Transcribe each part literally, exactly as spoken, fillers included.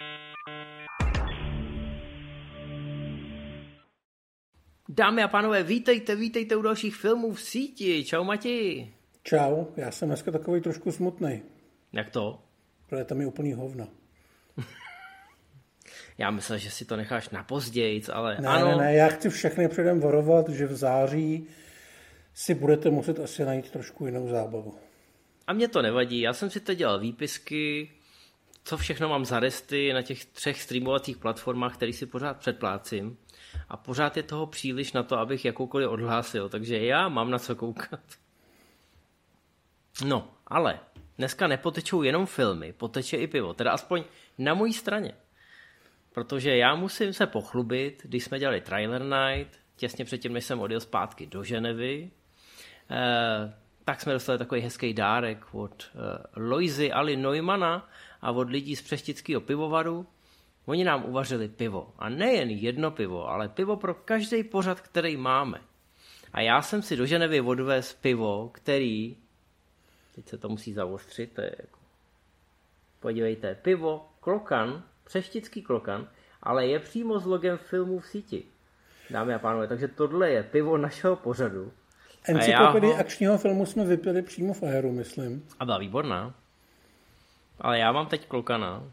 Dámy a pánové, vítejte, vítejte u dalších filmů v síti. Čau Mati. Čau, já jsem dneska takový trošku smutnej. Jak to? Protože tam je úplný hovno. Já myslel, že si to necháš na pozdějc, ale ne, ano. Ne, ne, já chci všechny předem varovat, že v září si budete muset asi najít trošku jinou zábavu. A mě to nevadí, já jsem si teď dělal výpisky, co všechno mám za resty na těch třech streamovacích platformách, který si pořád předplácím. A pořád je toho příliš na to, abych jakoukoliv odhlásil, takže já mám na co koukat. No, ale dneska nepotečou jenom filmy, poteče i pivo, teda aspoň na mojí straně. Protože já musím se pochlubit, když jsme dělali Trailer Night, těsně předtím, než jsem odjel zpátky do Ženevy, eh, tak jsme dostali takový hezký dárek od eh, Loisy Ali Neumana a od lidí z Přeštického pivovaru. Oni nám uvařili pivo. A nejen jedno pivo, ale pivo pro každý pořad, který máme. A já jsem si do Ženevy odvez pivo, který... Teď se to musí zaostřit. To je jako... Podívejte, pivo Klokan, Přeštický Klokan, ale je přímo s logem filmů v síti. Dámy a pánové, takže tohle je pivo našeho pořadu. Encyklopedii ho... akčního filmu jsme vypili přímo v Aeru, myslím. A byla výborná. Ale já mám teď Klokana.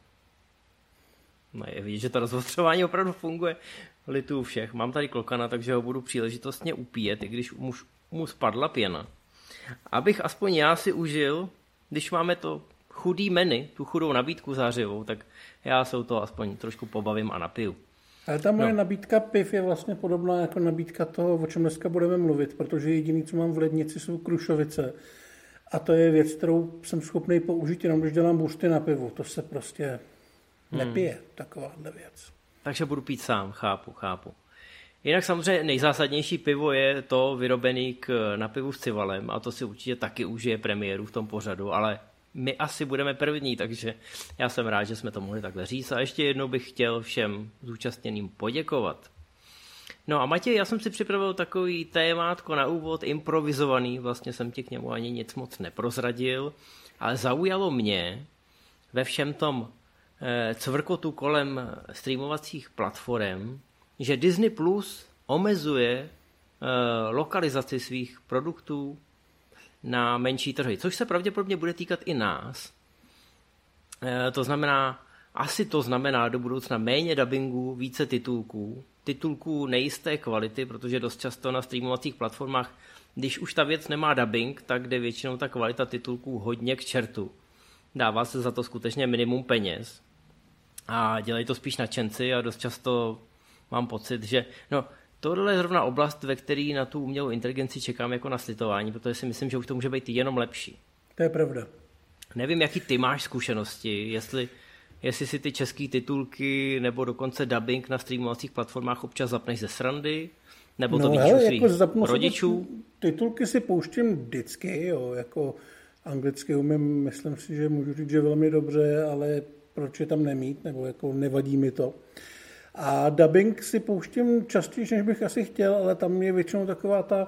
No je vidět, že to rozostřování opravdu funguje. Lituju všech. Mám tady Klokana, takže ho budu příležitostně upíjet, i když mu, mu spadla pěna. Abych aspoň já si užil, když máme to chudý menu, tu chudou nabídku zářivou, tak já se u toho aspoň trošku pobavím a napiju. Ale ta moje no. nabídka piv je vlastně podobná jako nabídka toho, o čem dneska budeme mluvit, protože jediný, co mám v lednici, jsou Krušovice. A to je věc, kterou jsem schopný použít jenom, když dělám buřty na pivu. To se prostě nepije, hmm. takováhle věc. Takže budu pít sám, chápu, chápu. Jinak samozřejmě nejzásadnější pivo je to vyrobený k, na pivu s civalem a to si určitě taky užije premiéru v tom pořadu, ale my asi budeme první, takže já jsem rád, že jsme to mohli takhle říct a ještě jednou bych chtěl všem zúčastněným poděkovat. No a Matěj, já jsem si připravil takový témátko na úvod, improvizovaný, vlastně jsem ti k němu ani nic moc neprozradil, ale zaujalo mě ve všem tom eh, cvrkotu kolem streamovacích platform, že Disney Plus omezuje eh, lokalizaci svých produktů na menší trhy, což se pravděpodobně bude týkat i nás. E, to znamená, asi to znamená do budoucna méně dabingu, více titulků, titulků nejisté kvality, protože dost často na streamovacích platformách, když už ta věc nemá dubbing, tak jde většinou ta kvalita titulků hodně k čertu. Dává se za to skutečně minimum peněz a dělají to spíš nadšenci a dost často mám pocit, že no, tohle je zrovna oblast, ve které na tu umělou inteligenci čekám jako na slitování, protože si myslím, že už to může být jenom lepší. To je pravda. Nevím, jaký ty máš zkušenosti, jestli, jestli si ty české titulky nebo dokonce dubbing na streamovacích platformách občas zapneš ze srandy, nebo to no, vidíš hele, u svých jako rodičů. Titulky si pouštím vždycky, jo, jako anglicky umím, myslím si, že můžu říct, že velmi dobře, ale proč je tam nemít, nebo jako nevadí mi to. A dubbing si pouštím častěji, než bych asi chtěl, ale tam je většinou taková ta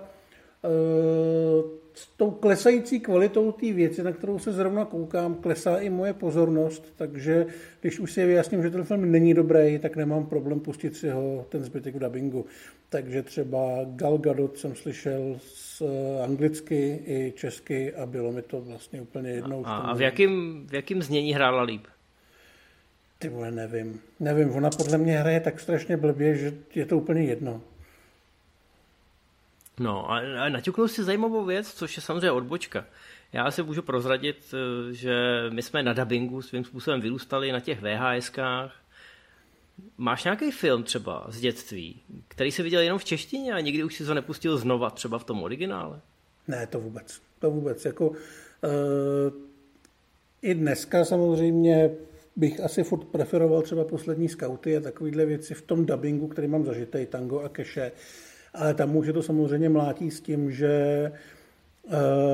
uh, s tou klesající kvalitou té věci, na kterou se zrovna koukám, klesá i moje pozornost, takže když už si vyjasním, že ten film není dobrý, tak nemám problém pustit si ho ten zbytek v dubbingu. Takže třeba Gal Gadot jsem slyšel z anglicky i česky a bylo mi to vlastně úplně jednou. A, a v, jakým, v jakým znění hrála líp? Ty vole, nevím. Nevím, ona podle mě hraje tak strašně blbě, že je to úplně jedno. No a, a naťuknul si zajímavou věc, což je samozřejmě odbočka. Já si můžu prozradit, že my jsme na dabingu svým způsobem vyrůstali na těch VHSkách. Máš nějaký film třeba z dětství, který jsi viděl jenom v češtině a nikdy už si to nepustil znova třeba v tom originále? Ne, to vůbec. To vůbec. Jako, uh, i dneska samozřejmě bych asi furt preferoval třeba Poslední skauty a takovýhle věci v tom dabingu, který mám zažitej, Tango a Keše. Ale tam už je to samozřejmě mlátí s tím, že uh,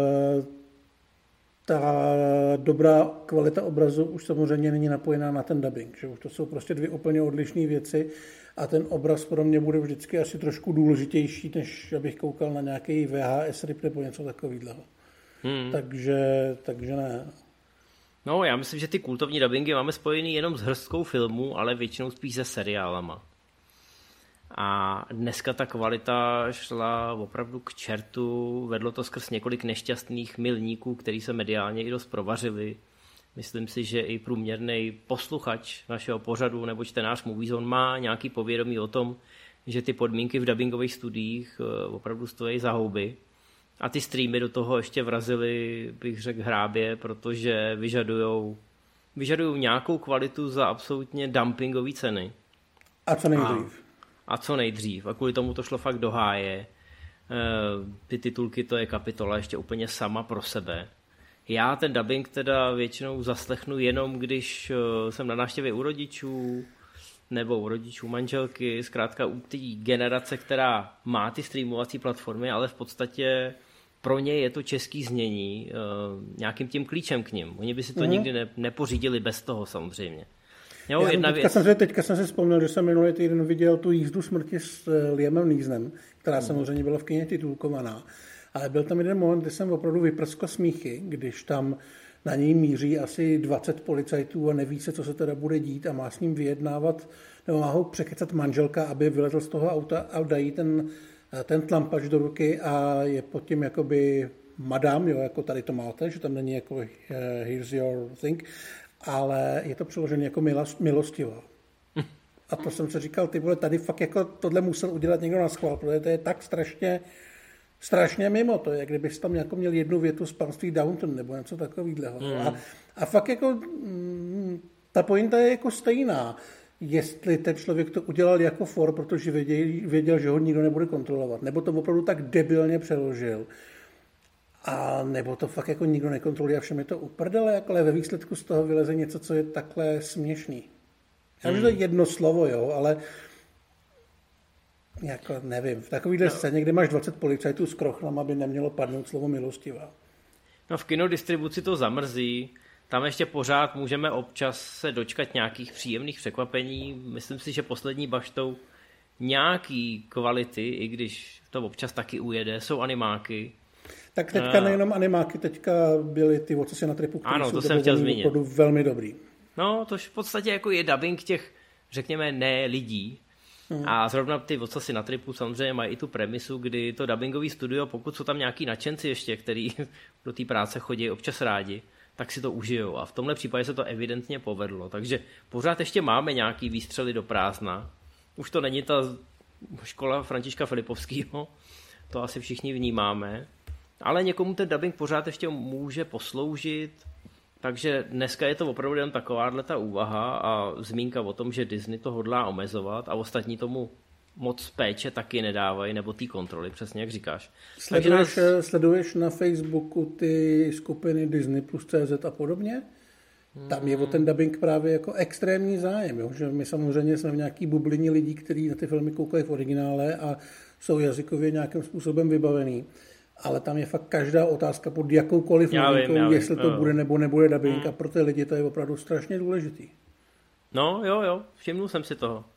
ta dobrá kvalita obrazu už samozřejmě není napojená na ten dubbing. Že už to jsou prostě dvě úplně odlišné věci a ten obraz pro mě bude vždycky asi trošku důležitější, než abych koukal na nějaký V H S rip nebo něco takového. Hmm. Takže, takže ne. No, já myslím, že ty kultovní dabingy máme spojený jenom s hrstkou filmů, ale většinou spíš se seriálama. A dneska ta kvalita šla opravdu k čertu, vedlo to skrz několik nešťastných milníků, který se mediálně i dost provařili. Myslím si, že i průměrný posluchač našeho pořadu nebo čtenář Moviezone má nějaký povědomí o tom, že ty podmínky v dabingových studiích opravdu stojí za houby. A ty streamy do toho ještě vrazily, bych řekl, hrábě, protože vyžadujou, vyžadujou nějakou kvalitu za absolutně dumpingové ceny. A co nejdřív. A, a co nejdřív. A kvůli tomu to šlo fakt do háje. Ty titulky, to je kapitola ještě úplně sama pro sebe. Já ten dubbing teda většinou zaslechnu jenom, když jsem na návštěvě u rodičů, nebo u rodičů manželky, zkrátka u té generace, která má ty streamovací platformy, ale v podstatě pro ně je to český znění uh, nějakým tím klíčem k nim. Oni by si to mm-hmm. nikdy ne, nepořídili bez toho samozřejmě. Jo, Já jedna teďka, věc. Jsem si, teďka jsem si vzpomněl, že jsem minulý týden viděl tu jízdu smrti s Liamem Neesonem, která mm. samozřejmě byla v kyně titulkovaná. Ale byl tam jeden moment, kdy jsem opravdu vyprskl smíchy, když tam na něj míří asi dvacet policajtů a neví se, co se teda bude dít a má s ním vyjednávat, nebo má ho překecat manželka, aby vylezl z toho auta a dají ten, ten tlampač do ruky a je pod tím jakoby madam, jo, jako tady to máte, že tam není jako uh, here's your thing, ale je to přeložené jako milost, milostivá. A to jsem si říkal, ty vole, tady fakt jako tohle musel udělat někdo na schvál, protože to je tak strašně strašně mimo, to je, kdybys tam jako měl jednu větu z Panství Downton nebo něco takového. Mm. A, a fakt jako mm, ta pointa je jako stejná. Jestli ten člověk to udělal jako for, protože věděl, věděl, že ho nikdo nebude kontrolovat, nebo to opravdu tak debilně přeložil, a nebo to fakt jako nikdo nekontroluje a všem je to uprdele, ale ve výsledku z toho vyleze něco, co je takhle směšný. Já vím, mm. že to je jedno slovo, jo, ale jako nevím, v takovýhle no. scéně, kde máš dvacet policajtů s krochlama, by nemělo padnout slovo milostivá. No v kinodistribuci to zamrzí, tam ještě pořád můžeme občas se dočkat nějakých příjemných překvapení. Myslím si, že poslední baštou nějaký kvality, i když to občas taky ujede, jsou animáky. Tak teďka nejenom animáky, teďka byly ty Vocasy na tripu, které ano, jsou to jsem chtěl zmínit. Velmi dobrý. No, to v podstatě jako je dubbing těch, řekněme, ne lidí. Hmm. A zrovna ty Vocasy na tripu samozřejmě mají i tu premisu, kdy to dubbingový studio, pokud jsou tam nějaký nadšenci ještě, který do té práce chodí občas rádi, tak si to užijou. A v tomhle případě se to evidentně povedlo. Takže pořád ještě máme nějaký výstřely do prázdna. Už to není ta škola Františka Filipovského, to asi všichni vnímáme. Ale někomu ten dubbing pořád ještě může posloužit. Takže dneska je to opravdu jen takováhle ta úvaha a zmínka o tom, že Disney to hodlá omezovat a ostatní tomu moc péče taky nedávají, nebo ty kontroly, přesně jak říkáš. Sleduješ, nás... sleduješ na Facebooku ty skupiny Disney plus C Z a podobně? Hmm. Tam je o ten dubbing právě jako extrémní zájem. Jo? Že my samozřejmě jsme v nějaký bublině lidí, kteří na ty filmy koukají v originále a jsou jazykově nějakým způsobem vybavený. Ale tam je fakt každá otázka pod jakoukoliv novinkou, jestli to jo. bude nebo nebude dubbing hmm. a pro ty lidi to je opravdu strašně důležitý. No jo, jo, všimnul jsem si toho.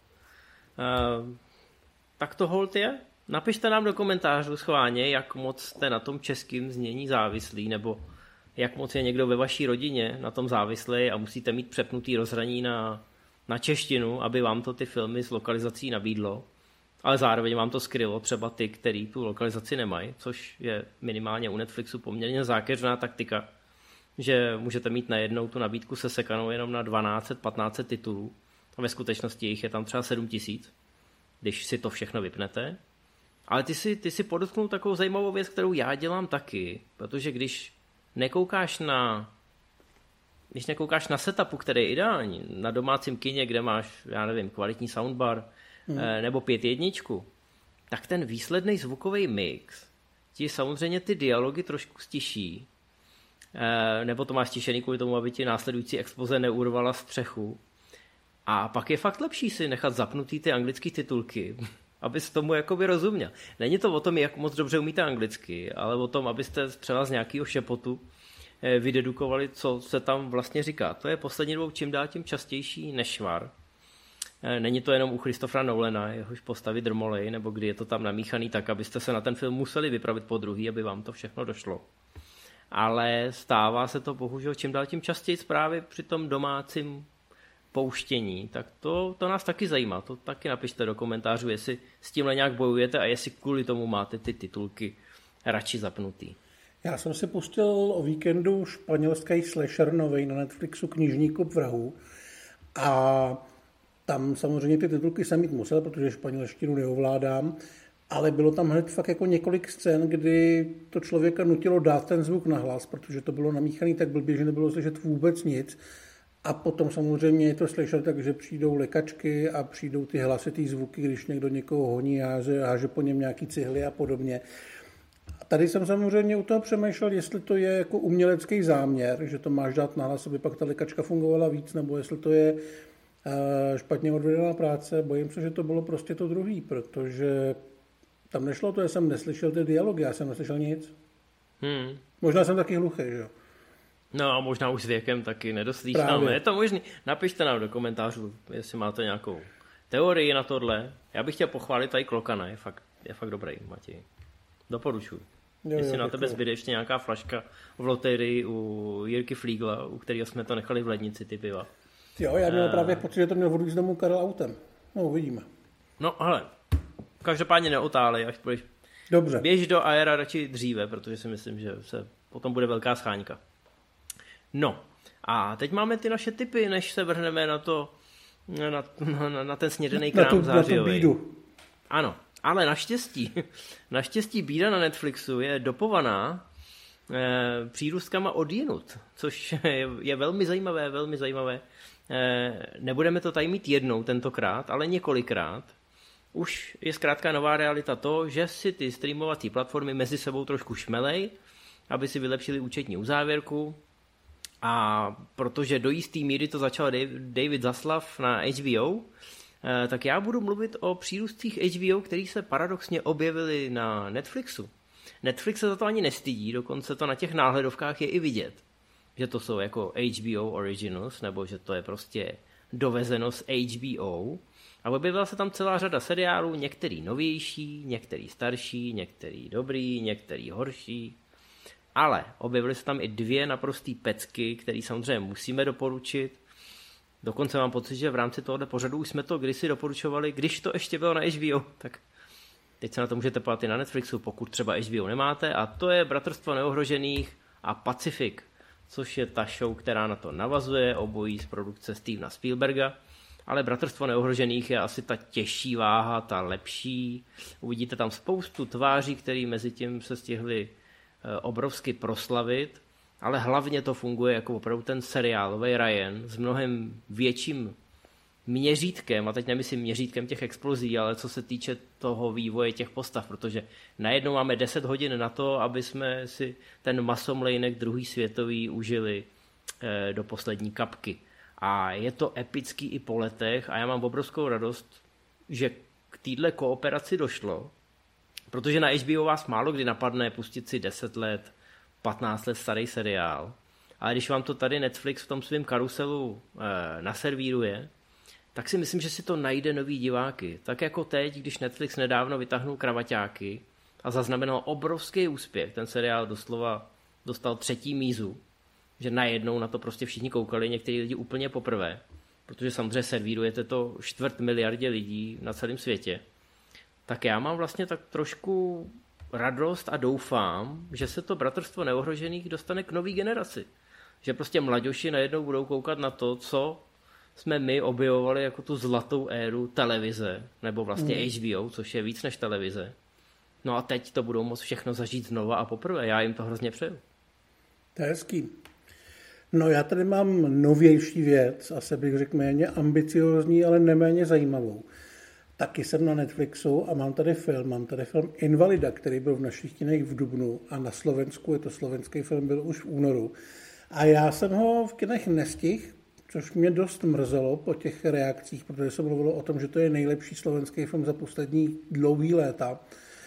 Uh, tak to hold je. Napište nám do komentářů schválně, jak moc jste na tom českým znění závislí, nebo jak moc je někdo ve vaší rodině na tom závislý a musíte mít přepnutý rozhraní na, na češtinu, aby vám to ty filmy s lokalizací nabídlo. Ale zároveň vám to skrylo třeba ty, který tu lokalizaci nemají, což je minimálně u Netflixu poměrně zákeřná taktika, že můžete mít najednou tu nabídku sesekanou jenom na dvanáct patnáct titulů a ve skutečnosti jich je tam třeba sedm tisíc, když si to všechno vypnete. Ale ty si, ty si podotknul takovou zajímavou věc, kterou já dělám taky, protože když nekoukáš na když nekoukáš na setupu, který je ideální, na domácím kině, kde máš, já nevím, kvalitní soundbar, Hmm. nebo pět jedničku, tak ten výsledný zvukový mix ti samozřejmě ty dialogy trošku stiší, nebo to máš stišený kvůli tomu, aby ti následující expoze neurvala střechu. A pak je fakt lepší si nechat zapnutý ty anglické titulky, abys tomu jakoby rozuměl. Není to o tom, jak moc dobře umíte anglicky, ale o tom, abyste třeba z nějakého šepotu vydedukovali, co se tam vlastně říká. To je poslední dobou čím dál tím častější nešvar. Není to jenom u Christophera Nolana, jehož postavy drmolej, nebo kdy je to tam namíchaný tak, abyste se na ten film museli vypravit po druhý, aby vám to všechno došlo. ale stává se to bohužel čím dál tím častěji právě při tom domácím pouštění, tak to, to nás taky zajímá. To taky napište do komentářů, jestli s tímhle nějak bojujete a jestli kvůli tomu máte ty titulky radši zapnutý. Já jsem si pustil o víkendu španělský slasher novej na Netflixu Knižní klub vrahů a tam samozřejmě ty titulky jsem mít musel, protože španělštinu neovládám, ale bylo tam hned fakt jako několik scén, kdy to člověka nutilo dát ten zvuk nahlas, protože to bylo namíchaný tak blbě, že nebylo slyšet vůbec nic. A potom samozřejmě je to slyšet, takže přijdou lekačky a přijdou ty hlasitý zvuky, když někdo někoho honí, háže, háže po něm nějaký cihly a podobně. A tady jsem samozřejmě u toho přemýšlel, jestli to je jako umělecký záměr, že to máš dát nahlas, aby pak ta lekačka fungovala víc, nebo jestli to je uh, špatně odvedená práce. Bojím se, že to bylo prostě to druhý, protože tam nešlo to, že jsem neslyšel ty dialogy, já jsem neslyšel nic. Hmm. Možná jsem taky hluchý, že jo? No a možná už s věkem taky nedoslýcháme. Je to možný. Napište nám do komentářů, jestli máte nějakou teorii na tohle. Já bych chtěl pochválit tady Klokana, je fakt, je fakt dobrý, Matěj. Doporučuji. Jo, jestli jo, na tebe zbyde ještě nějaká flaška v loterii u Jirky Flígla, u kterého jsme to nechali v lednici, ty piva. Jo, já měl uh... právě pocit, že to měl vodu z domu Karel autem. No, uvidíme. No, hele, každopádně neotálej, až budeš. Dobře. Běž do aera radši dříve, protože si myslím, že se potom bude velká scháňka. No, a teď máme ty naše tipy, než se vrhneme na to, na, na, na ten snědený krám zářijový. Ano, ale naštěstí, naštěstí bída na Netflixu je dopovaná eh, přírůstkama odjinut, což je, je velmi zajímavé, velmi zajímavé. Eh, nebudeme to tady mít jednou tentokrát, ale několikrát. Už je zkrátka nová realita to, že si ty streamovací platformy mezi sebou trošku šmelej, aby si vylepšili účetní uzávěrku. A protože do jistý míry to začal David Zaslav na H B O, tak já budu mluvit o přírůstcích H B O, který se paradoxně objevily na Netflixu. Netflix se za to ani nestydí, dokonce to na těch náhledovkách je i vidět, že to jsou jako H B O Originals, nebo že to je prostě dovezeno z H B O. A objevila se tam celá řada seriálů, některý novější, některý starší, některý dobrý, některý horší. Ale objevily se tam i dvě naprostý pecky, které samozřejmě musíme doporučit. Dokonce mám pocit, že v rámci tohoto pořadu už jsme to kdysi doporučovali, když to ještě bylo na H B O, tak teď se na to můžete podívat i na Netflixu, pokud třeba H B O nemáte. A to je Bratrstvo neohrožených a Pacific, což je ta show, která na to navazuje, obojí z produkce Stevena Spielberga. Ale Bratrstvo neohrožených je asi ta těžší váha, ta lepší. Uvidíte tam spoustu tváří, které mezi tím se stihly obrovsky proslavit, ale hlavně to funguje jako opravdu ten seriálový Ryan s mnohem větším měřítkem, a teď nemyslím měřítkem těch explozí, ale co se týče toho vývoje těch postav, protože najednou máme deset hodin na to, aby jsme si ten masomlejnek druhý světový užili eh, do poslední kapky. A je to epický i po letech a já mám obrovskou radost, že k téhle kooperaci došlo, protože na H B O vás málo kdy napadne pustit si deset let, patnáct let starý seriál. Ale když vám to tady Netflix v tom svém karuselu e, naservíruje, tak si myslím, že si to najde nový diváky. Tak jako teď, když Netflix nedávno vytáhnul Kravaťáky a zaznamenal obrovský úspěch, ten seriál doslova dostal třetí mízu, že najednou na to prostě všichni koukali, někteří lidi úplně poprvé, protože samozřejmě servírujete to čtvrt miliardě lidí na celém světě. Tak já mám vlastně tak trošku radost a doufám, že se to Bratrstvo neohrožených dostane k nový generaci. Že prostě mladěši najednou budou koukat na to, co jsme my objevovali jako tu zlatou éru televize, nebo vlastně mm. H B O, což je víc než televize. No a teď to budou moct všechno zažít znova a poprvé. Já jim to hrozně přeju. To je hezký. No já tady mám novější věc, asi bych řekl méně ambiciózní, ale neméně zajímavou. Taky jsem na Netflixu a mám tady film, mám tady film Invalida, který byl v našich kinech v dubnu a na Slovensku, je to slovenský film, byl už v únoru. A já jsem ho v kinech nestihl, což mě dost mrzelo po těch reakcích, protože se mluvilo o tom, že to je nejlepší slovenský film za poslední dlouhý léta.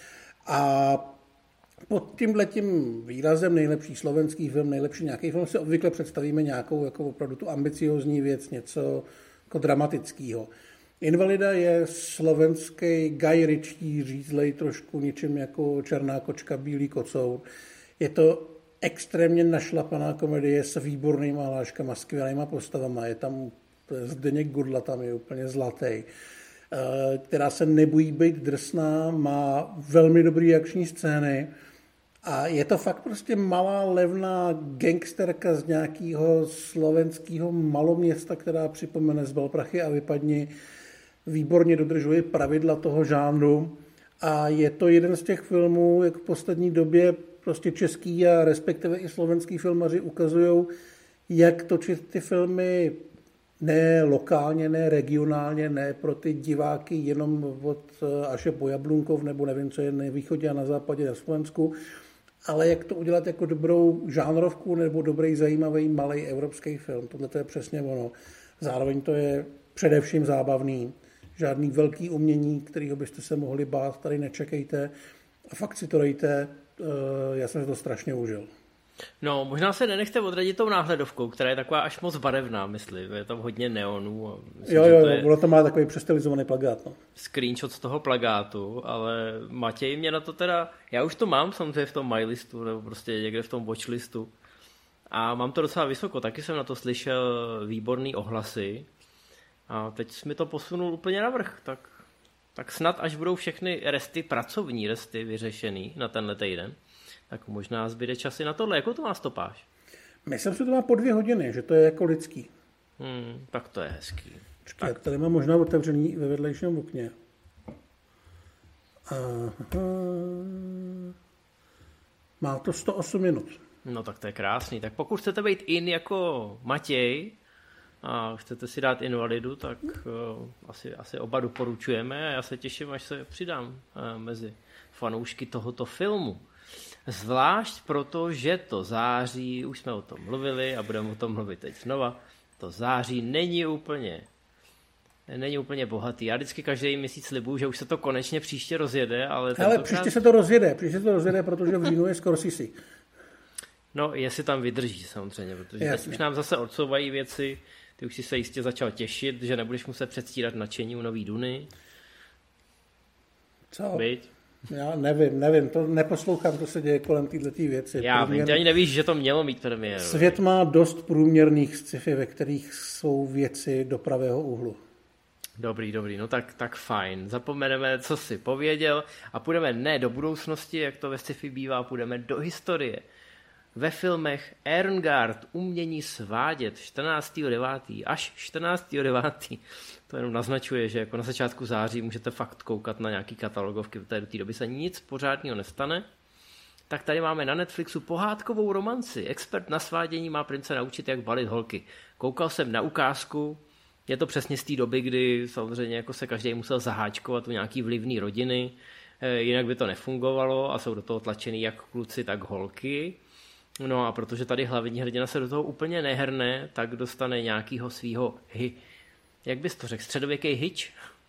A pod tímhletím výrazem nejlepší slovenský film, nejlepší nějaký film si obvykle představíme nějakou jako opravdu tu ambiciózní věc, něco jako dramatického. Invalida je slovenský Guy Ritchie, řízlej trošku ničím jako Černá kočka, Bílý kocour. Je to extrémně našlapaná komedie s výbornýma hláškama, skvělýma postavama. Je tam Zdeněk Gudla, tam je úplně zlatý, která se nebojí být drsná, má velmi dobrý akční scény a je to fakt prostě malá, levná gangsterka z nějakého slovenského maloměsta, která připomene Zbal prachy a vypadni. Výborně dodržuje pravidla toho žánru a je to jeden z těch filmů, jak v poslední době prostě český a respektive i slovenský filmaři ukazují, jak točit ty filmy ne lokálně, ne regionálně, ne pro ty diváky jenom od Aše po Jablunkov nebo nevím, co je na východě a na západě na Slovensku, ale jak to udělat jako dobrou žánrovku nebo dobrý, zajímavý, malý evropský film. Tohle to je přesně ono. Zároveň to je především zábavný. Žádný velký umění, kterého byste se mohli bát, tady nečekejte. A fakt si to dejte. Já jsem si to strašně užil. No, možná se nenechte odradit tou náhledovkou, která je taková až moc barevná, myslím. Je tam hodně neonů. A myslím, jo, jo, to je ono to má takový přestylizovaný plagát. No. Screenshot z toho plagátu, ale Matěj mě na to teda, já už to mám samozřejmě v tom MyListu, nebo prostě někde v tom watchlistu. A mám to docela vysoko, taky jsem na to slyšel výborný ohlasy. A teď mi to posunul úplně navrch, tak, tak snad až budou všechny resty, pracovní resty vyřešený na tenhle týden, tak možná zbyde časy na tohle. Jakou to má stopáž? Myslím, že to má po dvě hodiny, že to je jako lidský. Hmm, tak to je hezký. Čekaj, tak tady mám možná otevřený ve vedlejším okně. Aha. Má to sto osm minut. No tak to je krásný. Tak pokud chcete být in jako Matěj a chcete si dát invalidu, tak uh, asi, asi oba doporučujeme a já se těším, až se přidám uh, mezi fanoušky tohoto filmu. Zvlášť proto, že to září, už jsme o tom mluvili a budeme o tom mluvit teď znova, to září není úplně, není úplně bohatý. Já vždycky každý měsíc slibuju, že už se to konečně příště rozjede, ale... Ale příště se to rozjede, příště se to rozjede, protože v říjnu je Scorsese. No, jestli tam vydrží samozřejmě, protože Jasně. teď už nám zase odsouvají věci, ty už si se jistě začal těšit, že nebudeš muset předstírat nadšení u nový Duny. Co? Byť? Já nevím, nevím, to neposlouchám, co se děje kolem této věci. Já vím, ty ani nevíš, že to mělo mít premiéru. Svět má dost průměrných sci-fi, ve kterých jsou věci do pravého úhlu. Dobrý, dobrý, no tak, tak fajn. Zapomeneme, co jsi pověděl a půjdeme ne do budoucnosti, jak to ve sci-fi bývá, půjdeme do historie. Ve filmech Erngard, umění svádět, čtrnáctého devátého až čtrnáctého devátého To jenom naznačuje, že jako na začátku září můžete fakt koukat na nějaký katalogovky, protože do té doby se nic pořádného nestane. Tak tady máme na Netflixu pohádkovou romanci. Expert na svádění má prince naučit, jak balit holky. Koukal jsem na ukázku, je to přesně z té doby, kdy samozřejmě jako se každý musel zaháčkovat u nějaký vlivný rodiny, jinak by to nefungovalo a jsou do toho tlačený jak kluci, tak holky. No a protože tady hlavní hrdina se do toho úplně nehrne, tak dostane nějakýho svýho hy. Jak bys to řekl? Středověký hitch?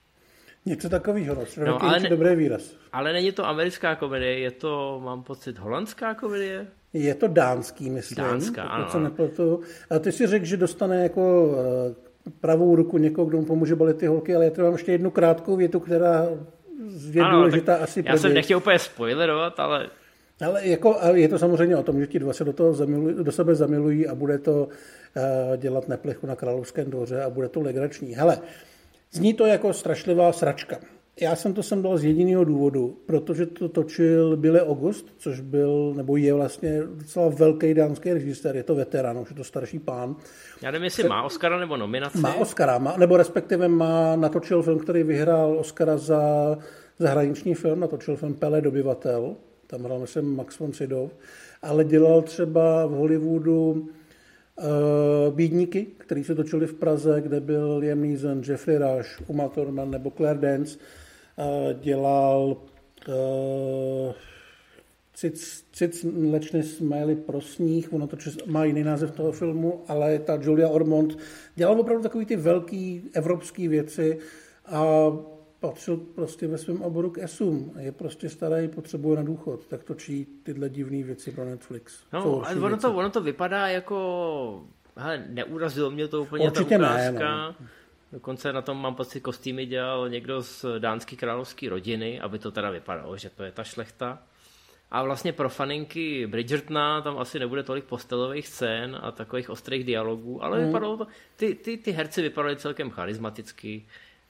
Něco takového, no. Středověký no, hitch je dobrý výraz. Ale není to americká komedie, je to, mám pocit, holandská komedie? Je to dánský, myslím. Dánská, ano. Co nepletu. A ty si řekl, že dostane jako pravou ruku někoho, kdo mu pomůže balit ty holky, ale já tady mám ještě jednu krátkou větu, která je ano, důležitá asi já jsem nechtěl úplně spoilerovat, ale... Ale jako, je to samozřejmě o tom, že ti dva se do, toho zamilují, do sebe zamilují a bude to uh, dělat neplechu na Královském dvoře a bude to legrační. Hele, zní to jako strašlivá sračka. Já jsem to sem dal z jediného důvodu, protože to točil Bille August, což byl, nebo je vlastně docela velký dánský režisér, je to veterán, už je to starší pán. Já nevím, jestli má Oscara nebo nominaci. Má Oscara, má, nebo respektive má, natočil film, který vyhrál Oscara za zahraniční film, natočil film Pele dobyvatel. Tam hrál myslím Max von Sydow, ale dělal třeba v Hollywoodu uh, Bídníky, který se točili v Praze, kde byl Liam Neeson, Jeffrey Rush, Uma Thurman nebo Claire Danes. Uh, dělal uh, Cic, Cic mlečný smiley pro sníh, ono to má jiný název toho filmu, ale ta Julia Ormond dělal opravdu takový ty velký evropský věci a patřil prostě ve svém oboru k esům. Je prostě starý, potřebuje na důchod. Tak točí tyhle divné věci pro Netflix. No, ale ono to, ono to vypadá jako... Hele, neurazilo mě to úplně určitě ta ukázka. Ne, no. Dokonce na tom mám pocit, kostýmy dělal někdo z dánské královské rodiny, aby to teda vypadalo, že to je ta šlechta. A vlastně pro faninky Bridgertona tam asi nebude tolik postelových scén a takových ostrých dialogů, ale mm. vypadalo to, ty, ty, ty herci vypadaly celkem charismaticky.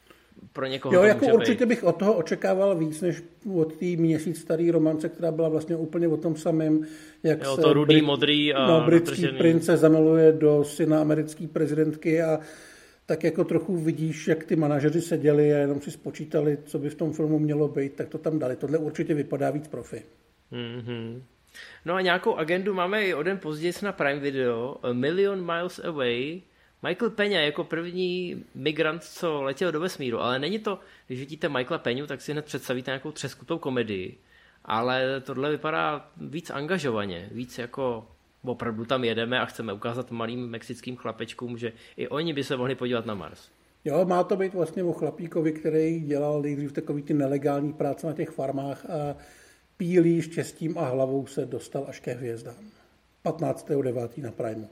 Pro někoho jo, to jako může určitě být. bych od toho očekával víc, než od té měsíc starý romance, která byla vlastně úplně o tom samém, jak jo, se to rudý, Brit, modrý a no, britský natržený. princ se zamiluje do syna americké prezidentky a tak jako trochu vidíš, jak ty manažeři seděli a jenom si spočítali, co by v tom filmu mělo být, tak to tam dali. Tohle určitě vypadá víc profi. Mm-hmm. No a nějakou agendu máme i o den později na Prime Video, A Million Miles Away. Michael Peña jako první migrant, co letěl do vesmíru, ale není to, když vidíte Michaela Peňu, tak si hned představíte nějakou třeskutou komedii, ale tohle vypadá víc angažovaně, víc jako opravdu tam jedeme a chceme ukázat malým mexickým chlapečkům, že i oni by se mohli podívat na Mars. Jo, má to být vlastně o chlapíkovi, který dělal nejdřív takový ty nelegální práce na těch farmách a pílí štěstím a hlavou se dostal až ke hvězdám. patnáctého devátého na Primu.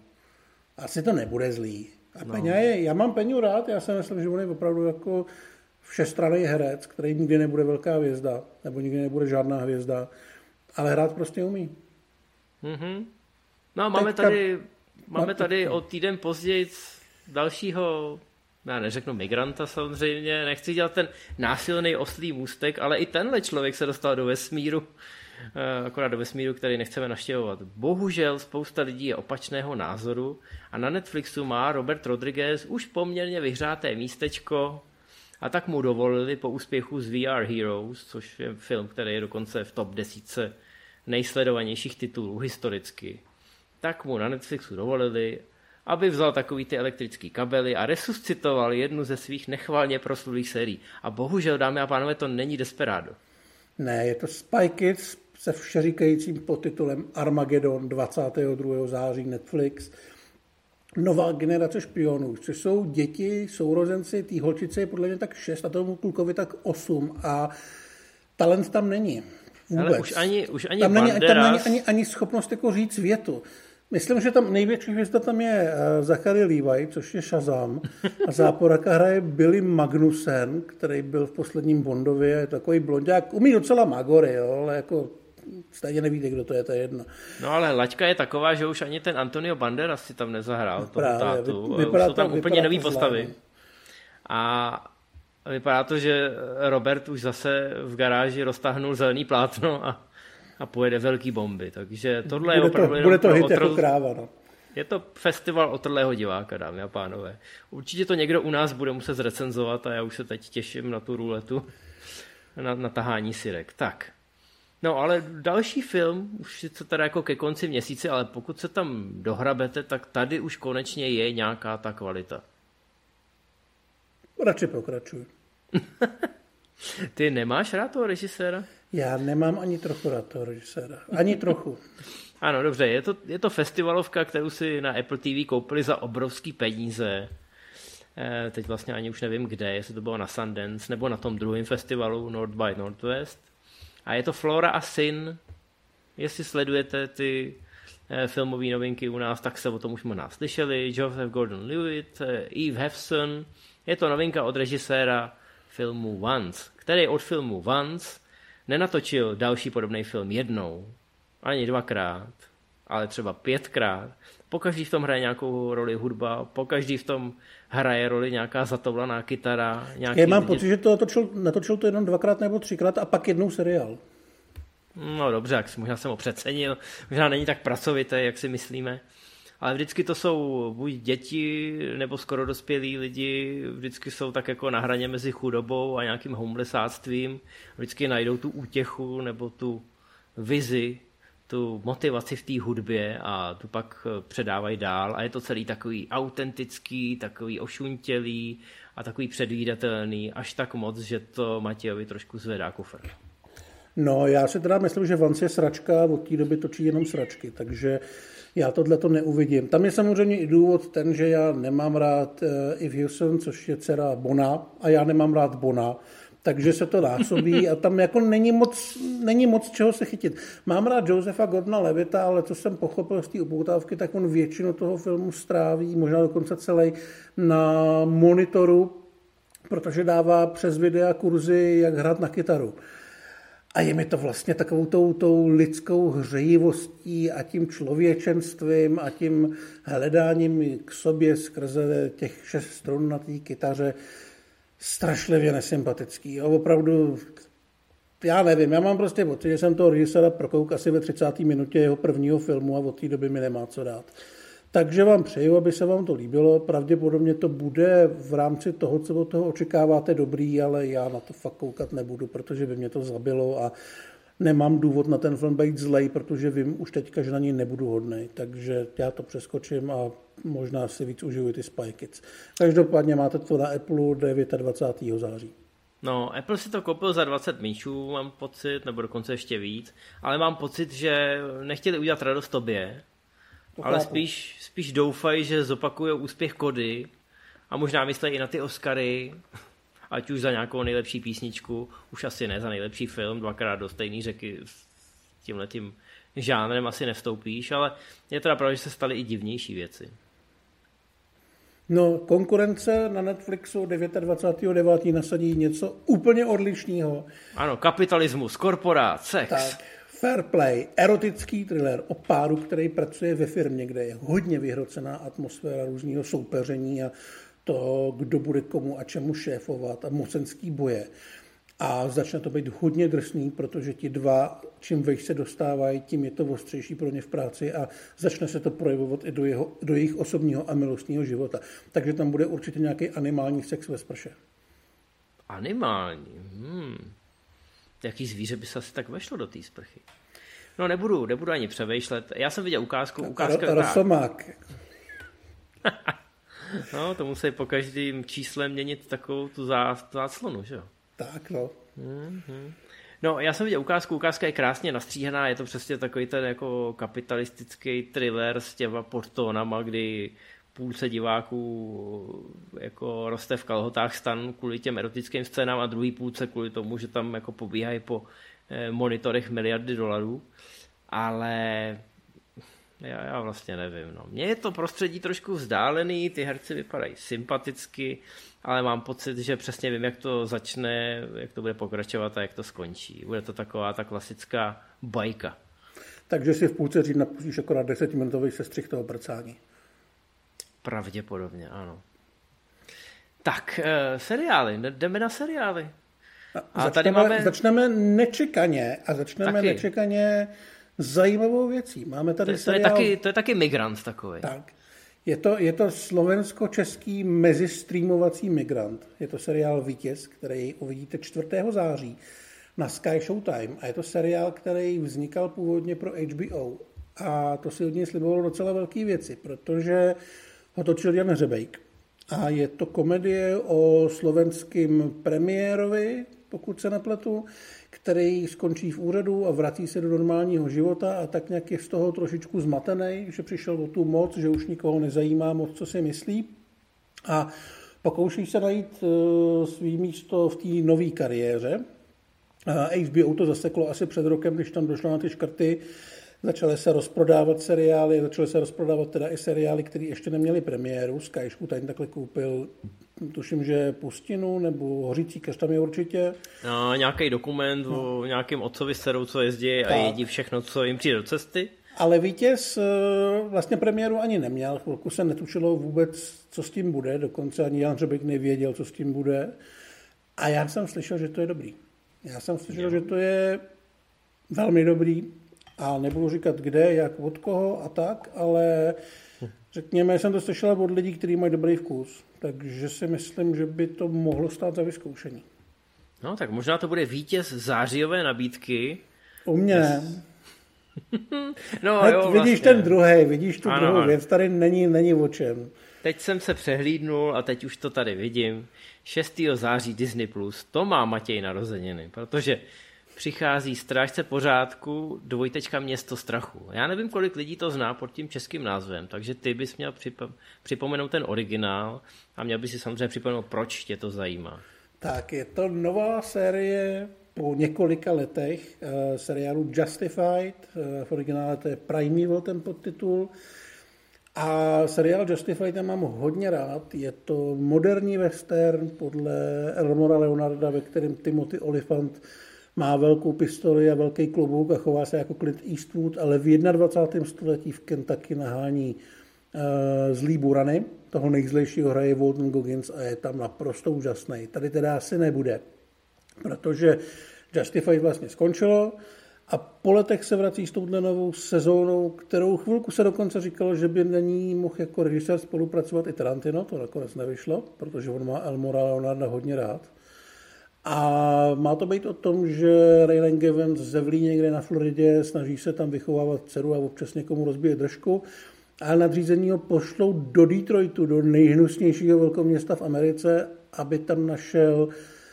Asi to nebude zlý. A no. Peňa je, já mám Peňu rád, já si myslím, že on je opravdu jako všestranný herec, který nikdy nebude velká hvězda, nebo nikdy nebude žádná hvězda, ale hrát prostě umí. Mm-hmm. No a máme Teďka, tady, máme tady teďka. o týden později dalšího, já neřeknu migranta samozřejmě, nechci dělat ten násilný oslý můstek, ale i tenhle člověk se dostal do vesmíru, akorát do vesmíru, který nechceme navštěvovat. Bohužel spousta lidí je opačného názoru a na Netflixu má Robert Rodriguez už poměrně vyhřáté místečko a tak mu dovolili po úspěchu z V R Heroes, což je film, který je dokonce v top desítce nejsledovanějších titulů historicky, tak mu na Netflixu dovolili, aby vzal takový ty elektrický kabely a resuscitoval jednu ze svých nechvalně proslulých sérií. A bohužel, dámy a pánové, to není Desperado. Ne, je to Spy Kids se všeříkajícím podtitulem Armageddon dvacátého druhého září Netflix. Nová generace špionů, což jsou děti, sourozenci, té holčice je podle mě tak šest a tomu klukovi tak osm a talent tam není. Vůbec. Ale už ani, už ani tam, není, Banderas... tam není ani, ani schopnost jako říct větu. Myslím, že tam největší hvězda tam je Zachary Levi, což je Shazam. A záporaka hraje Billy Magnussen, který byl v posledním Bondově. Je takový blonďák. Umí docela magory, jo, ale jako stejně nevíte, kdo to je, to je jedno. No ale laťka je taková, že už ani ten Antonio Banderas si tam nezahrál, toho tátu. Vy, už jsou tam úplně nový postavy. A vypadá to, že Robert už zase v garáži roztáhnul zelený plátno a a pojede velký bomby, takže tohle bude je opravdu... To, bude to hit otrl... jako kráva, no. Je to festival otrlého diváka, dámy a pánové. Určitě to někdo u nás bude muset zrecenzovat a já už se teď těším na tu ruletu, na, na tahání sirek. Tak, no ale další film, už je to teda jako ke konci měsíce, ale pokud se tam dohrabete, tak tady už konečně je nějaká ta kvalita. Radši pokračuj. Ty nemáš rád toho režiséra? Já nemám ani trochu rád toho režiséra. Ani trochu. Ano, dobře, je to, je to festivalovka, kterou si na Apple T V koupili za obrovský peníze. E, teď vlastně ani už nevím kde, jestli to bylo na Sundance, nebo na tom druhém festivalu North by Northwest. A je to Flora a Syn. Jestli sledujete ty e, filmové novinky u nás, tak se o tom už možná slyšeli. Joseph Gordon-Levitt, e, Eve Hewson. Je to novinka od režiséra filmu Once, který od filmu Once nenatočil další podobný film jednou, ani dvakrát, ale třeba pětkrát. Pokaždý v tom hraje nějakou roli hudba, pokaždý v tom hraje roli nějaká zatoulaná kytara. Nějaký Já mám lidi... pocit, že to natočil, natočil to jenom dvakrát nebo třikrát a pak jednou seriál. No dobře, jak možná jsem ho přecenil, možná není tak pracovitý, jak si myslíme. Ale vždycky to jsou buď děti, nebo skoro dospělí lidi, vždycky jsou tak jako na hraně mezi chudobou a nějakým homelessáctvím. Vždycky najdou tu útěchu nebo tu vizi, tu motivaci v té hudbě a tu pak předávají dál. A je to celý takový autentický, takový ošuntělý a takový předvídatelný, až tak moc, že to Matějovi trošku zvedá kufr. No, já si teda myslím, že Vance je sračka, od té doby točí jenom sračky, takže já tohle to neuvidím. Tam je samozřejmě i důvod ten, že já nemám rád Eve Hewson, což je dcera Bona, a já nemám rád Bona, takže se to násobí a tam jako není moc, není moc čeho se chytit. Mám rád Josepha Gordona-Levitta, ale co jsem pochopil z té upoutávky, tak on většinu toho filmu stráví, možná dokonce celý, na monitoru, protože dává přes videa kurzy, jak hrát na kytaru. A je mi to vlastně takovou tou, tou lidskou hřejivostí a tím člověčenstvím a tím hledáním k sobě skrze těch šest strun na té kytaře strašlivě nesympatický. A opravdu, já nevím, já mám prostě pocit, že jsem toho režisera prokouk asi ve třicáté minutě jeho prvního filmu a od té doby mi nemá co dát. Takže vám přeju, aby se vám to líbilo. Pravděpodobně to bude v rámci toho, co od toho očekáváte, dobrý, ale já na to fakt koukat nebudu, protože by mě to zabilo a nemám důvod na ten film být zlej, protože vím už teďka, že na něj nebudu hodnej. Takže já to přeskočím a možná si víc užiju ty Spy Kids. Každopádně máte to na Apple dvacátého devátého září. No, Apple si to koupil za dvacet míčů, mám pocit, nebo dokonce ještě víc, ale mám pocit, že nechtěli udělat radost tobě, to ale spíš, spíš doufají, že zopakují úspěch Kody a možná myslejí i na ty Oscary, ať už za nějakou nejlepší písničku, už asi ne za nejlepší film, dvakrát do stejný řeky s tímhletím žánrem asi nevstoupíš, ale je teda pravda, že se staly i divnější věci. No, konkurence na Netflixu dvacátého devátého devátého nasadí něco úplně odlišného. Ano, kapitalismus, korporát, sex. Tak, fair play, erotický thriller o páru, který pracuje ve firmě, kde je hodně vyhrocená atmosféra různého soupeření a to, kdo bude komu a čemu šéfovat a mocenský boje. A začne to být hodně drsný, protože ti dva, čím vejš se dostávají, tím je to ostřejší pro ně v práci a začne se to projevovat i do, jeho, do jejich osobního a milostního života. Takže tam bude určitě nějaký animální sex ve sprše. Animální? Hmm. Jaký zvíře by se asi tak vešlo do té sprchy? No nebudu, nebudu ani převejšlet. Já jsem viděl ukázku. ukázka Ro- Rosomák. No, to musí po každým číslem měnit takovou tu záclonu, že jo? Tak, no. Mm-hmm. No, já jsem viděl ukázku, ukázka je krásně nastříhaná, je to přesně takový ten jako kapitalistický thriller s těma podtónama, kdy půlce diváků jako roste v kalhotách stan kvůli těm erotickým scénám a druhý půlce kvůli tomu, že tam jako pobíhají po monitorech miliardy dolarů, ale já, já vlastně nevím. No. Mně je to prostředí trošku vzdálený, ty herci vypadají sympaticky, ale mám pocit, že přesně vím, jak to začne, jak to bude pokračovat a jak to skončí. Bude to taková ta klasická bajka. Takže si v půlce řídna pustíš akorát desetiminutový sestřih toho prcání. Pravděpodobně, ano. Tak, e, seriály, jdeme na seriály. A, a začneme, tady máme... začneme nečekaně a začneme taky. nečekaně zajímavou věcí. Máme tady to, seriál... to, je taky, to je taky migrant takový. Tak. Je to, je to slovensko-český mezistreamovací migrant. Je to seriál Vítěz, který uvidíte čtvrtého září na Sky Showtime. A je to seriál, který vznikal původně pro H B O. A to si od něj slibovalo docela velké věci, protože ho točil Jan Hřebejk. A je to komedie o slovenském premiérovi, pokud se nepletu, který skončí v úřadu a vrací se do normálního života a tak nějak je z toho trošičku zmatený, že přišel o tu moc, že už nikoho nezajímá moc, co si myslí. A pokouší se najít svý místo v té nové kariéře. H B O to zaseklo asi před rokem, když tam došlo na ty škrty. Začaly se rozprodávat seriály, začaly se rozprodávat teda i seriály, které ještě neměly premiéru. Sky Showtime takhle koupil, tuším, že Pustinu nebo Hořící keř tam je určitě. No, nějaký dokument no. o nějakým otcovi s dcerou, co jezdí a jedí všechno, co jim přijde do cesty. Ale Vítěz vlastně premiéru ani neměl, chvilku se netušilo vůbec, co s tím bude, dokonce ani Jan Hřebejk nevěděl, co s tím bude. A já jsem slyšel, že to je dobrý. Já jsem slyšel, jo. že to je velmi dobrý. A nebudu říkat kde, jak, od koho a tak, ale řekněme, jsem to slyšel od lidí, kteří mají dobrý vkus. Takže si myslím, že by to mohlo stát za vyzkoušení. No tak možná to bude vítěz zářijové nabídky. U mě ne. no, Hned jo, vidíš vlastně. ten druhý, vidíš tu ano, druhou ano. věc, tady není, není o čem. Teď jsem se přehlídnul a teď už to tady vidím. šestého září Disney plus, to má Matěj narozeniny, protože přichází Strážce pořádku, dvojtečka Město strachu. Já nevím, kolik lidí to zná pod tím českým názvem, takže ty bys měl přip- připomenout ten originál a měl bys si samozřejmě připomenout, proč tě to zajímá. Tak, je to nová série po několika letech uh, seriálu Justified, uh, v originále to je Primeval ten podtitul. A seriál Justified já mám hodně rád. Je to moderní western podle Elmora Leonarda, ve kterém Timothy Olyphant má velkou pistoli a velký klobouk a chová se jako Clint Eastwood, ale v dvacátém prvním století v Kentucky nahání uh, zlý burany. Toho nejzlejšího hraje Walton Goggins a je tam naprosto úžasný. Tady teda asi nebude, protože Justified vlastně skončilo a po letech se vrací s touhle novou sezónou, kterou chvilku se dokonce říkalo, že by na ní mohl jako režisér spolupracovat i Tarantino, to nakonec nevyšlo, protože on má Elmora Leonarda hodně rád. A má to být o tom, že Raylan Givens zevlí někde na Floridě, snaží se tam vychovávat dceru a občas někomu rozbije držku, ale nadřízení ho pošlou do Detroitu, do nejhnusnějšího velkoměsta v Americe, aby tam našel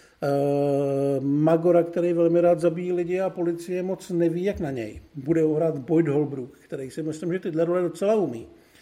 Uh, Magora, který velmi rád zabíjí lidi a policie moc neví, jak na něj. Bude ho hrát Boyd Holbrook, který si myslím, že tyhle role docela umí.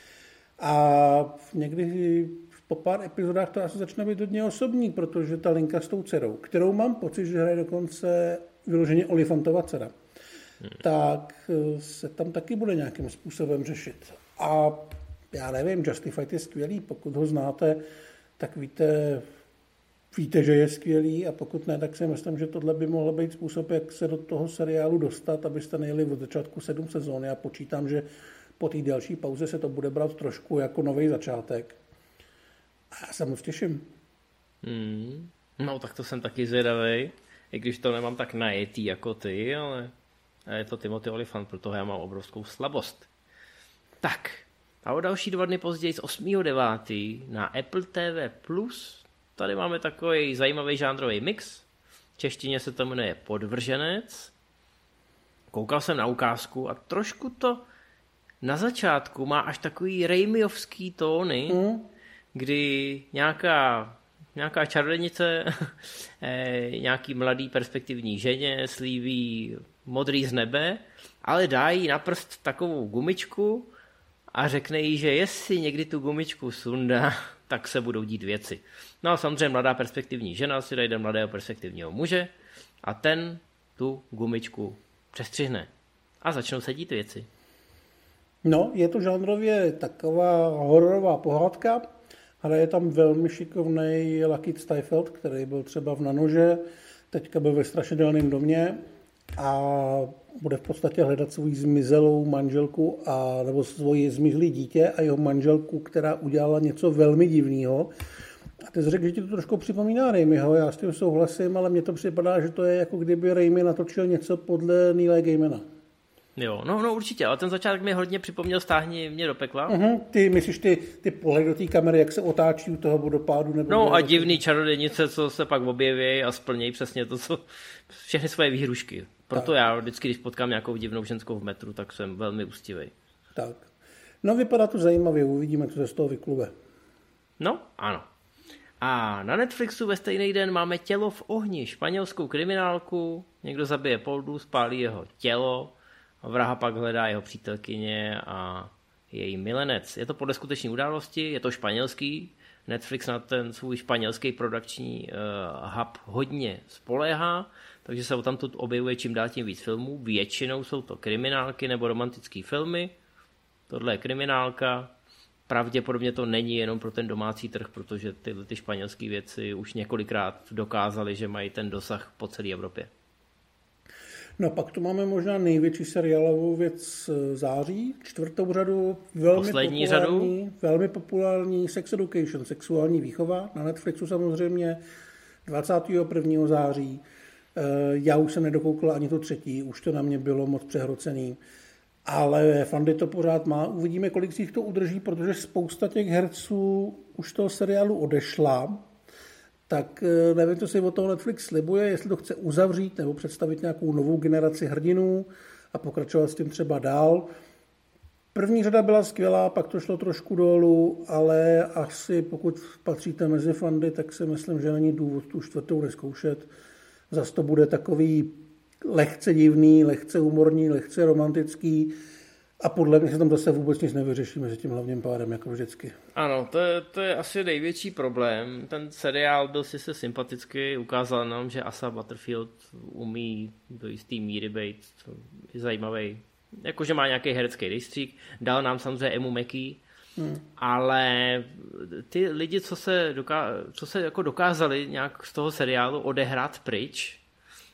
A někdy po pár epizodách to asi začne být hodně osobní, protože ta linka s tou dcerou, kterou mám pocit, že hraje dokonce vyloženě Olifantova dcera, hmm. tak se tam taky bude nějakým způsobem řešit. A já nevím, Justified je skvělý, pokud ho znáte, tak víte, Víte, že je skvělý a pokud ne, tak si myslím, že tohle by mohl být způsob, jak se do toho seriálu dostat, abyste nejeli od začátku sedm sezón. Já počítám, že po té další pauze se to bude brát trošku jako nový začátek. A já se moc těším. Hmm. No tak to jsem taky zvědavej, i když to nemám tak najetý jako ty, ale je to Timothy Olyphant, protože já mám obrovskou slabost. Tak, a o další dva dny později z osmého devátého na Apple T V plus tady máme takový zajímavý žánrový mix. V češtině se to jmenuje Podvrženec. Koukal jsem na ukázku a trošku to na začátku má až takový Raimiovský tóny, mm. kdy nějaká, nějaká čarodějnice nějaký mladý perspektivní ženě slíbí modrý z nebe, ale dá jí na prst takovou gumičku a řekne jí, že jestli někdy tu gumičku sundá, tak se budou dít věci. No a samozřejmě mladá perspektivní žena si najde mladého perspektivního muže a ten tu gumičku přestřihne. A začnou se dít věci. No, je to žánrově taková hororová pohádka. Hraje tam velmi šikovnej Lakeith Stanfield, který byl třeba v Na nože, teďka byl ve Strašidelném domě a bude v podstatě hledat svou zmizelou manželku a, nebo svoji zmizlý dítě a jeho manželku, která udělala něco velmi divného. A ty jsi řekl, že ti to trošku připomíná Raimiho, já s tím souhlasím, ale mně to připadá, že to je jako kdyby Raimi natočil něco podle Neila Gaimana. Jo, no, no určitě, ale ten začátek mi hodně připomněl Stáhni mě do pekla. Uh-huh. Ty myslíš ty, ty pohled do té kamery, jak se otáčí u toho vodopádu? Nebo no a divný čarodějnice, co se pak objeví a splnějí přesně to, co všechny svoje výhrušky. Proto tak. Já vždycky, když potkám nějakou divnou ženskou v metru, tak jsem velmi ústivej. Tak. No vypadá to zajímavě, uvidíme, co se z toho vyklube. No, ano. A na Netflixu ve stejný den máme Tělo v ohni, španělskou kriminálku. Někdo zabije Poldu, spálí jeho tělo, vraha pak hledá jeho přítelkyně a její milenec. Je to podle skutečné události, je to španělský. Netflix na ten svůj španělský produkční uh, hub hodně spoléhá, takže se tam tu objevuje čím dál tím víc filmů. Většinou jsou to kriminálky nebo romantické filmy. Tohle je kriminálka. Pravděpodobně to není jenom pro ten domácí trh, protože tyhle ty španělské věci už několikrát dokázaly, že mají ten dosah po celé Evropě. No pak tu máme možná největší seriálovou věc září, čtvrtou řadu, velmi Poslední populární, řadu. velmi populární Sex Education, sexuální výchova, na Netflixu samozřejmě, dvacátého prvního září. Já už jsem nedokoukla ani to třetí, už to na mě bylo moc přehrocený. Ale Fandy to pořád má. Uvidíme, kolik si jich to udrží, protože spousta těch herců už toho seriálu odešla. Tak nevím, co si o toho Netflix slibuje, jestli to chce uzavřít nebo představit nějakou novou generaci hrdinů a pokračovat s tím třeba dál. První řada byla skvělá, pak to šlo trošku dolů, ale asi pokud patříte mezi Fandy, tak si myslím, že není důvod tu čtvrtou neskoušet. Zas to bude takový lehce divný, lehce humorní, lehce romantický a podle mě se tam zase vůbec nic nevyřeší mezi tím hlavním párem, jako vždycky. Ano, to je, to je asi největší problém. Ten seriál byl sice sympatický, ukázal nám, že Asa Butterfield umí do jistý míry být zajímavý. Jakože má nějaký herecký rejstřík, dal nám samozřejmě Emu Mackey, hmm. ale ty lidi, co se, doká- co se jako dokázali nějak z toho seriálu odehrát pryč,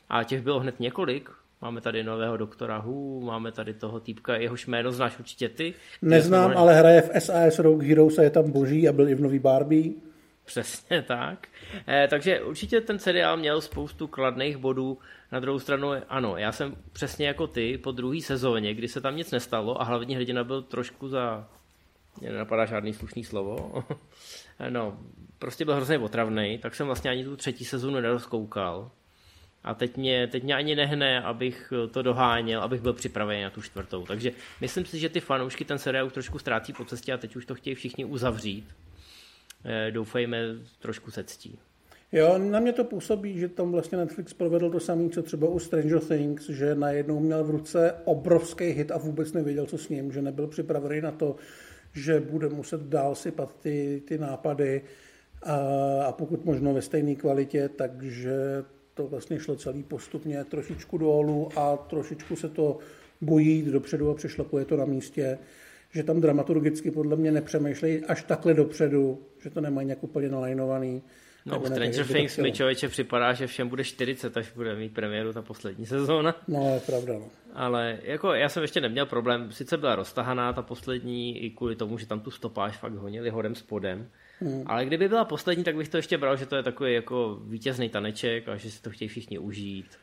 A těch bylo hned několik. Máme tady nového doktora Who, máme tady toho týpka, jehož jméno znáš určitě ty. Neznám, mohli... ale hraje v S A S Rogue Heroes a je tam boží a byl i v nový Barbie. Přesně tak. Eh, takže určitě ten seriál měl spoustu kladných bodů. Na druhou stranu, ano, já jsem přesně jako ty po druhé sezóně, kdy se tam nic nestalo a hlavní hrdina byl trošku za... Mě nenapadá žádný slušný slovo. No, prostě byl hrozně otravnej, tak jsem vlastně ani tu třetí sezónu nerozkoukal. A teď mě, teď mě ani nehne, abych to doháněl, abych byl připravený na tu čtvrtou. Takže myslím si, že ty fanoušky ten seriál už trošku ztrácí po cestě a teď už to chtějí všichni uzavřít. Doufejme, trošku se ctí. Jo, na mě to působí, že tam vlastně Netflix provedl to samé, co třeba u Stranger Things, že najednou měl v ruce obrovský hit a vůbec nevěděl, co s ním, že nebyl připravený na to, že bude muset dál sypat ty, ty nápady a, a pokud možno ve stejné kvalitě, takže to vlastně šlo celý postupně trošičku dolů a trošičku se to bojí jít dopředu a přešlapuje to na místě, že tam dramaturgicky podle mě nepřemýšlejí až takhle dopředu, že to nemají nějak úplně nalajnovaný. No u Stranger Things mi člověče připadá, že všem bude čtyřicet, až bude mít premiéru ta poslední sezóna. No, je pravda, no. Ale jako já jsem ještě neměl problém, sice byla roztahaná ta poslední i kvůli tomu, že tam tu stopáž fakt honili hodem spodem, hmm. ale kdyby byla poslední, tak bych to ještě bral, že to je takový jako vítězný taneček a že si to chtějí všichni užít.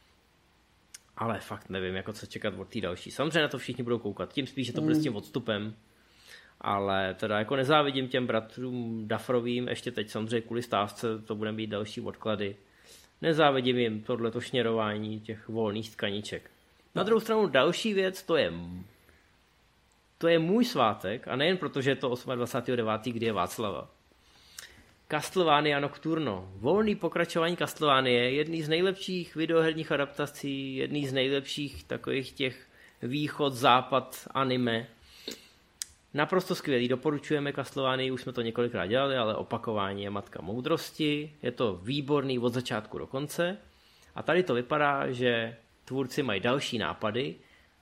Ale fakt nevím, jako co čekat od té další. Samozřejmě na to všichni budou koukat, tím spíš, že to bude s tím odstupem. Ale teda jako nezávidím těm bratrům Dufferovým, ještě teď samozřejmě kvůli stávce to bude mít další odklady. Nezávidím jim tohleto šněrování těch volných tkaniček. Na druhou stranu další věc, to je to je můj svátek a nejen proto, že je to dvacátého devátého devátého kdy je Václava. Castlevania Nocturno. Volný pokračování Castlevanie, jedný z nejlepších videoherních adaptací, jedný z nejlepších takových těch východ-západ anime. Naprosto skvělý, doporučujeme Castlevanii, už jsme to několikrát dělali, ale opakování je matka moudrosti, je to výborný od začátku do konce a tady to vypadá, že tvůrci mají další nápady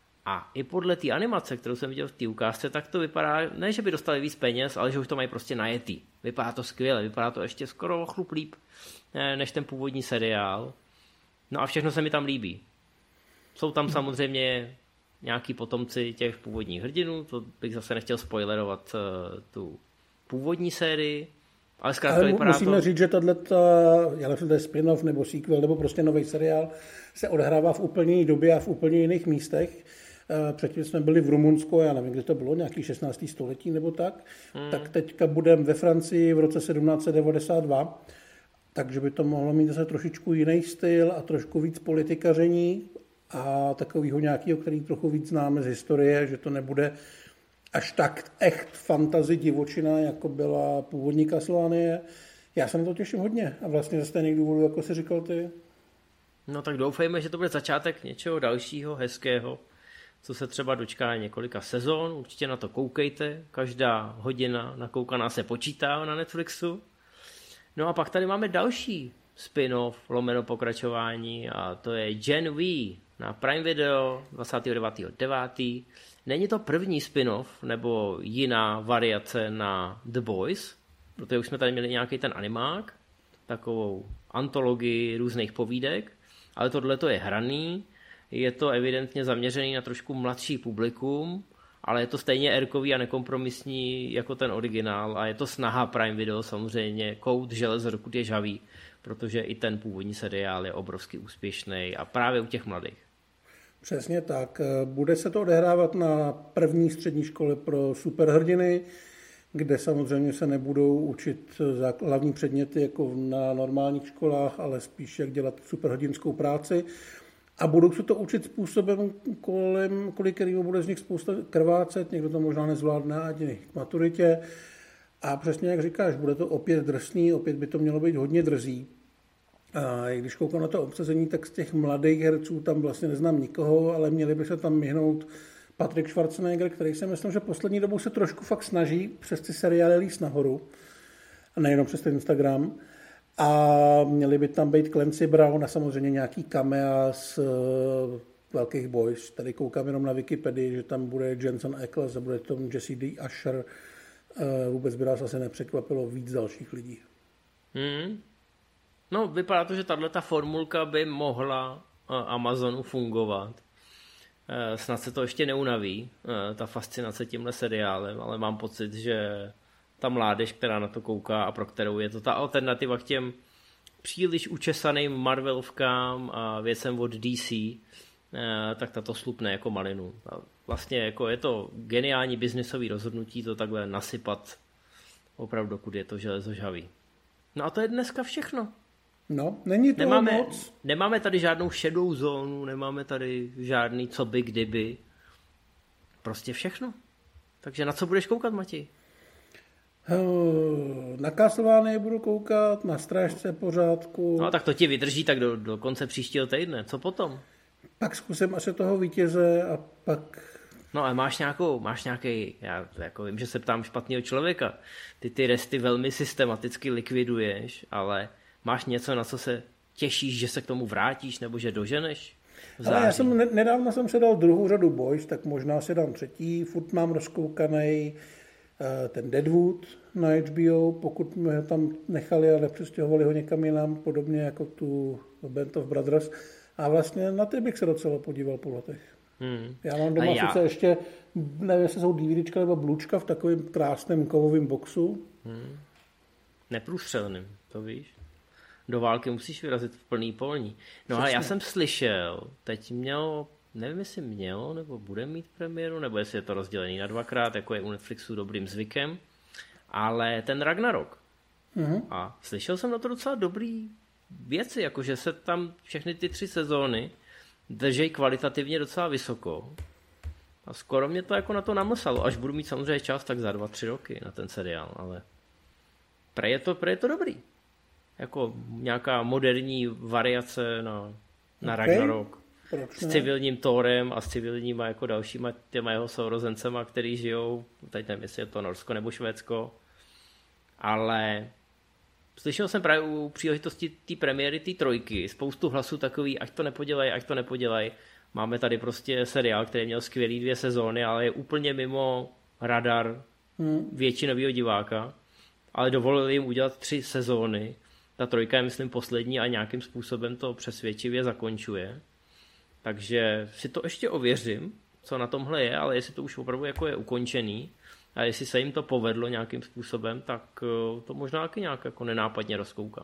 a i podle té animace, kterou jsem viděl v té ukázce, tak to vypadá, ne že by dostali víc peněz, ale že už to mají prostě najetý. Vypadá to skvěle, vypadá to ještě skoro chlup líp než ten původní seriál. No a všechno se mi tam líbí. Jsou tam samozřejmě nějaký potomci těch původních hrdinů, to bych zase nechtěl spoilerovat uh, tu původní sérii, ale zkrátka ale vypadá musíme to... říct, že tato, já nevím, to je spin-off nebo sequel, nebo prostě nový seriál, se odehrává v úplně jiné době a v úplně jiných místech. Předtím jsme byli v Rumunsku, já nevím, kde to bylo, nějaký šestnáctého století nebo tak, hmm. tak teďka budeme ve Francii v roce sedmnáct set devadesát dva, takže by to mohlo mít zase trošičku jiný styl a trošku víc politikaření a takovýho nějakého, který trochu víc známe z historie, že to nebude až tak echt fantasy divočina, jako byla původní Castlevanie. Já se na to těším hodně a vlastně ze stejných důvodů, jako jsi říkal ty. No tak doufejme, že to bude začátek něčeho dalšího, hezkého, co se třeba dočká několika sezon. Určitě na to koukejte, každá hodina nakoukaná se počítá na Netflixu. No a pak tady máme další spin-off, lomeno pokračování a to je Gen V na Prime Video dvacátého devátého devátého Není to první spin-off nebo jiná variace na The Boys, protože už jsme tady měli nějaký ten animák, takovou antologii různých povídek, ale tohle to je hraný, je to evidentně zaměřený na trošku mladší publikum, ale je to stejně erkový a nekompromisní jako ten originál a je to snaha Prime Video samozřejmě kout železo, dokud je žhavý, protože i ten původní seriál je obrovsky úspěšný a právě u těch mladých. Přesně tak. Bude se to odehrávat na první střední škole pro superhrdiny, kde samozřejmě se nebudou učit hlavní předměty jako na normálních školách, ale spíš jak dělat superhrdinskou práci. A budou se to učit způsobem, kolem, kvůli kterým bude z nich spousta krvácet, někdo to možná nezvládne ani k maturitě. A přesně jak říkáš, bude to opět drsný, opět by to mělo být hodně drzý. A když koukám na to obsazení, tak z těch mladých herců tam vlastně neznám nikoho, ale měli by se tam myhnout Patrick Schwarzenegger, který si myslím, že poslední dobou se trošku fakt snaží přes ty seriály líst nahoru. A nejenom přes ten Instagram. A měli by tam být Clancy Brown a samozřejmě nějaký camea z uh, Velkých Boys. Tady koukám jenom na Wikipedii, že tam bude Jensen Ackles a bude tam Jesse D. Usher. Uh, vůbec by nás asi nepřekvapilo víc dalších lidí. Hmm. No, vypadá to, že tato formulka by mohla Amazonu fungovat. Snad se to ještě neunaví, ta fascinace tímhle seriálem, ale mám pocit, že ta mládež, která na to kouká a pro kterou je to ta alternativa k těm příliš učesaným Marvelovkám a věcem od D C, tak tato slupne jako malinu. Vlastně jako je to geniální biznisový rozhodnutí to takhle nasypat opravdu, dokud je to železo žhavý. No a to je dneska všechno. No, není to nemáme, moc. Nemáme tady žádnou šedou zónu, nemáme tady žádný co by kdyby. Prostě všechno. Takže na co budeš koukat, Matěj? Na Castlevanii budu koukat, na Strážce pořádku. No tak to ti vydrží tak do, do konce příštího týdne. Co potom? Pak zkusím asi toho vítěze a pak... No ale máš nějakou, máš nějaký, já jako vím, že se ptám špatného člověka. Ty ty resty velmi systematicky likviduješ, ale máš něco, na co se těšíš, že se k tomu vrátíš nebo že doženeš? Ale já jsem, nedávno jsem se dal druhou řadu Boys, tak možná si dám třetí. Furt mám rozkoukanej ten Deadwood na H B O, pokud mi ho tam nechali a nepřestěhovali ho někam jinam, podobně jako tu Band of Brothers. A vlastně na ty bych se docela podíval po letech. Hmm. Já mám doma já... sice ještě, nevím, jestli jsou DVDčka nebo blučka v takovém krásném kovovém boxu. Hmm. Neprůstřelným, to víš. Do války musíš vyrazit v plný polní. No a já jsem slyšel, teď měl, nevím, jestli mělo, nebo bude mít premiéru, nebo jestli je to rozdělený na dvakrát, jako je u Netflixu dobrým zvykem, ale ten Ragnarok. Uh-huh. A slyšel jsem na to docela dobrý věci, jakože se tam všechny ty tři sezóny držej kvalitativně docela vysoko. A skoro mě to jako na to namlsalo, až budu mít samozřejmě čas, tak za dva, tři roky na ten seriál, ale prej je to, prej je to dobrý. Jako nějaká moderní variace na, na okay. Ragnarok. S civilním Thorem a s civilníma jako dalšíma těma jeho sourozencema, který žijou, teď nevím, jestli je to Norsko nebo Švédsko, ale slyšel jsem právě u příležitosti té premiéry té trojky spoustu hlasů takový, ať to nepodělaj, ať to nepodělaj. Máme tady prostě seriál, který měl skvělý dvě sezóny, ale je úplně mimo radar hmm. většinového diváka, ale dovolili jim udělat tři sezóny. Ta trojka je, myslím, poslední a nějakým způsobem to přesvědčivě zakončuje. Takže si to ještě ověřím, co na tomhle je, ale jestli to už opravdu jako je ukončený a jestli se jim to povedlo nějakým způsobem, tak to možná taky nějak jako nenápadně rozkoukám.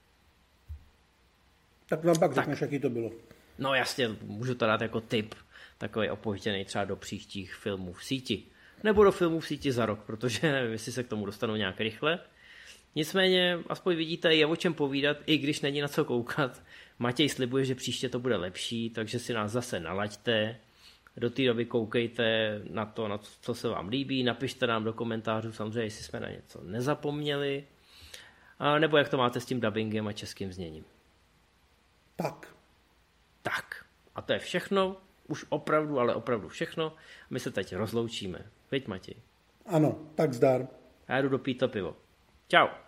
Tak nám pak řekneš, jaký to bylo. No jasně, můžu to dát jako tip, takový opožděný třeba do příštích filmů v síti. Nebo do filmů v síti za rok, protože nevím, jestli se k tomu dostanou nějak rychle. Nicméně, aspoň vidíte, je o čem povídat, i když není na co koukat. Matěj slibuje, že příště to bude lepší, takže si nás zase nalaďte. Do té doby koukejte na to, na to, co se vám líbí. Napište nám do komentářů samozřejmě, jestli jsme na něco nezapomněli. A nebo jak to máte s tím dubbingem a českým zněním. Tak. Tak. A to je všechno. Už opravdu, ale opravdu všechno. My se teď rozloučíme. Veď, Matěj? Ano, tak zdar. Já jdu dopít to pivo. Čau.